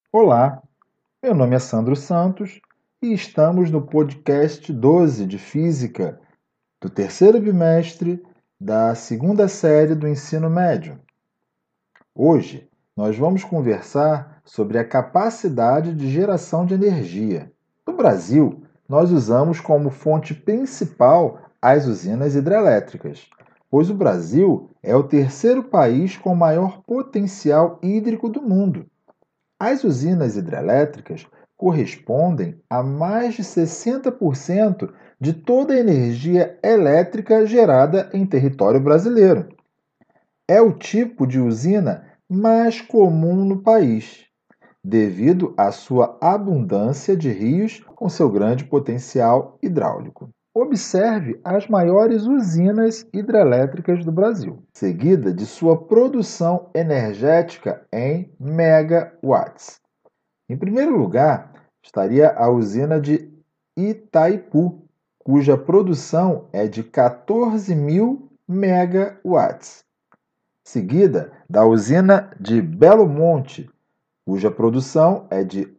Olá, meu nome é Sandro Santos e estamos no podcast 12 de Física do terceiro bimestre da segunda série do ensino médio. Hoje nós vamos conversar sobre a capacidade de geração de energia. No Brasil, nós usamos como fonte principal as usinas hidrelétricas, pois o Brasil é o terceiro país com maior potencial hídrico do mundo. As usinas hidrelétricas correspondem a mais de 60% de toda a energia elétrica gerada em território brasileiro. É o tipo de usina mais comum no país, devido à sua abundância de rios com seu grande potencial hidráulico. Observe as maiores usinas hidrelétricas do Brasil, seguida de sua produção energética em megawatts. Em primeiro lugar, estaria a usina de Itaipu, cuja produção é de 14.000 megawatts. Seguida da usina de Belo Monte, cuja produção é de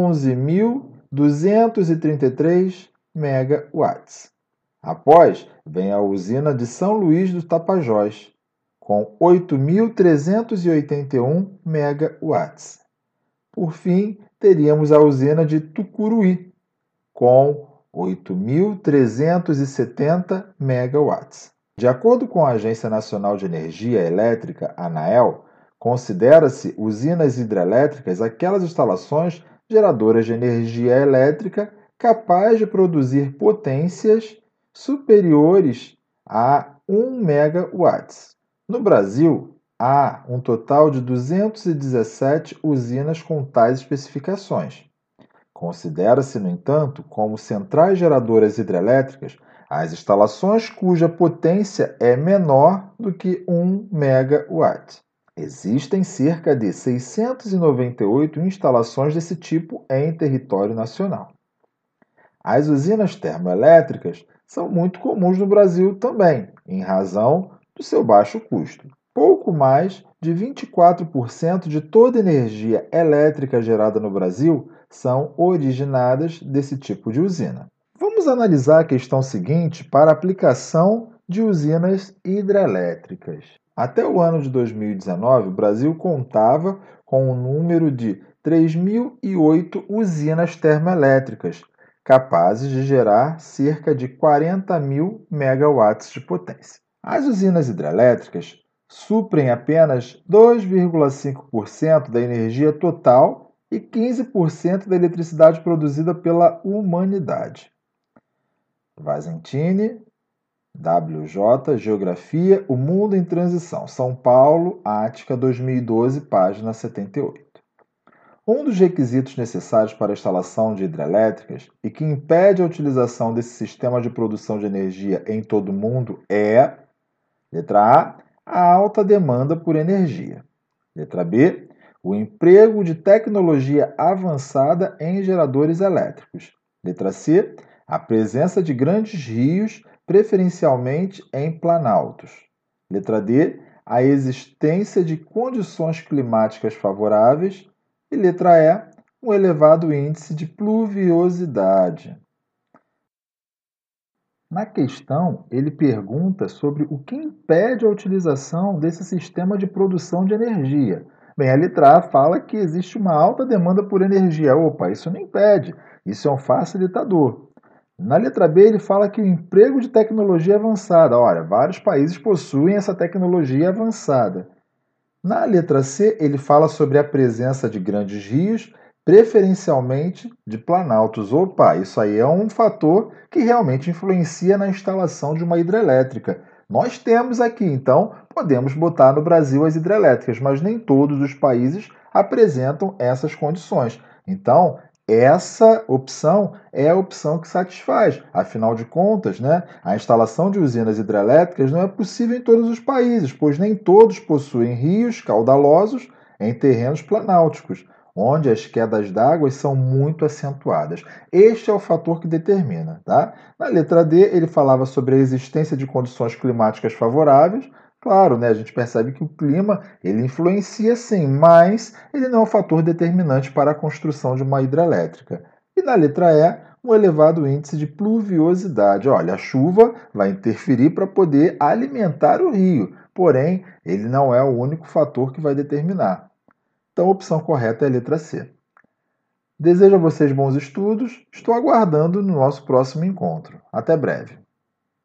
11.233 megawatts. Após, vem a usina de São Luís do Tapajós, com 8.381 megawatts. Por fim, teríamos a usina de Tucuruí, com 8.370 megawatts. De acordo com a Agência Nacional de Energia Elétrica, ANAEL, considera-se usinas hidrelétricas aquelas instalações geradoras de energia elétrica capazes de produzir potências superiores a 1 megawatts. No Brasil, há um total de 217 usinas com tais especificações. Considera-se, no entanto, como centrais geradoras hidrelétricas as instalações cuja potência é menor do que 1 megawatt. Existem cerca de 698 instalações desse tipo em território nacional. As usinas termoelétricas são muito comuns no Brasil também, em razão do seu baixo custo. Pouco mais de 24% de toda energia elétrica gerada no Brasil são originadas desse tipo de usina. Vamos analisar a questão seguinte para a aplicação de usinas hidrelétricas. Até o ano de 2019, o Brasil contava com um número de 3.008 usinas termoelétricas, capazes de gerar cerca de 40.000 megawatts de potência. As usinas hidrelétricas suprem apenas 2,5% da energia total e 15% da eletricidade produzida pela humanidade. Vazentini, WJ, Geografia, O Mundo em Transição, São Paulo, Ática, 2012, página 78. Um dos requisitos necessários para a instalação de hidrelétricas e que impede a utilização desse sistema de produção de energia em todo o mundo é, letra A alta demanda por energia. Letra B, o emprego de tecnologia avançada em geradores elétricos. Letra C, a presença de grandes rios, preferencialmente em planaltos. Letra D, a existência de condições climáticas favoráveis. E letra E, um elevado índice de pluviosidade. Na questão, ele pergunta sobre o que impede a utilização desse sistema de produção de energia. Bem, a letra A fala que existe uma alta demanda por energia. Opa, isso não impede, isso é um facilitador. Na letra B, ele fala que o emprego de tecnologia avançada. Olha, vários países possuem essa tecnologia avançada. Na letra C, ele fala sobre a presença de grandes rios, preferencialmente de planaltos. Opa, isso aí é um fator que realmente influencia na instalação de uma hidrelétrica. Nós temos aqui, então, podemos botar no Brasil as hidrelétricas, mas nem todos os países apresentam essas condições. Então, essa opção é a opção que satisfaz. Afinal de contas, né, a instalação de usinas hidrelétricas não é possível em todos os países, pois nem todos possuem rios caudalosos em terrenos planálticos, onde as quedas d'água são muito acentuadas. Este é o fator que determina. Tá? Na letra D, ele falava sobre a existência de condições climáticas favoráveis. Claro, né, a gente percebe que o clima ele influencia sim, mas ele não é um fator determinante para a construção de uma hidrelétrica. E na letra E, um elevado índice de pluviosidade. Olha, a chuva vai interferir para poder alimentar o rio, porém, ele não é o único fator que vai determinar. Então, a opção correta é a letra C. Desejo a vocês bons estudos, estou aguardando no nosso próximo encontro. Até breve.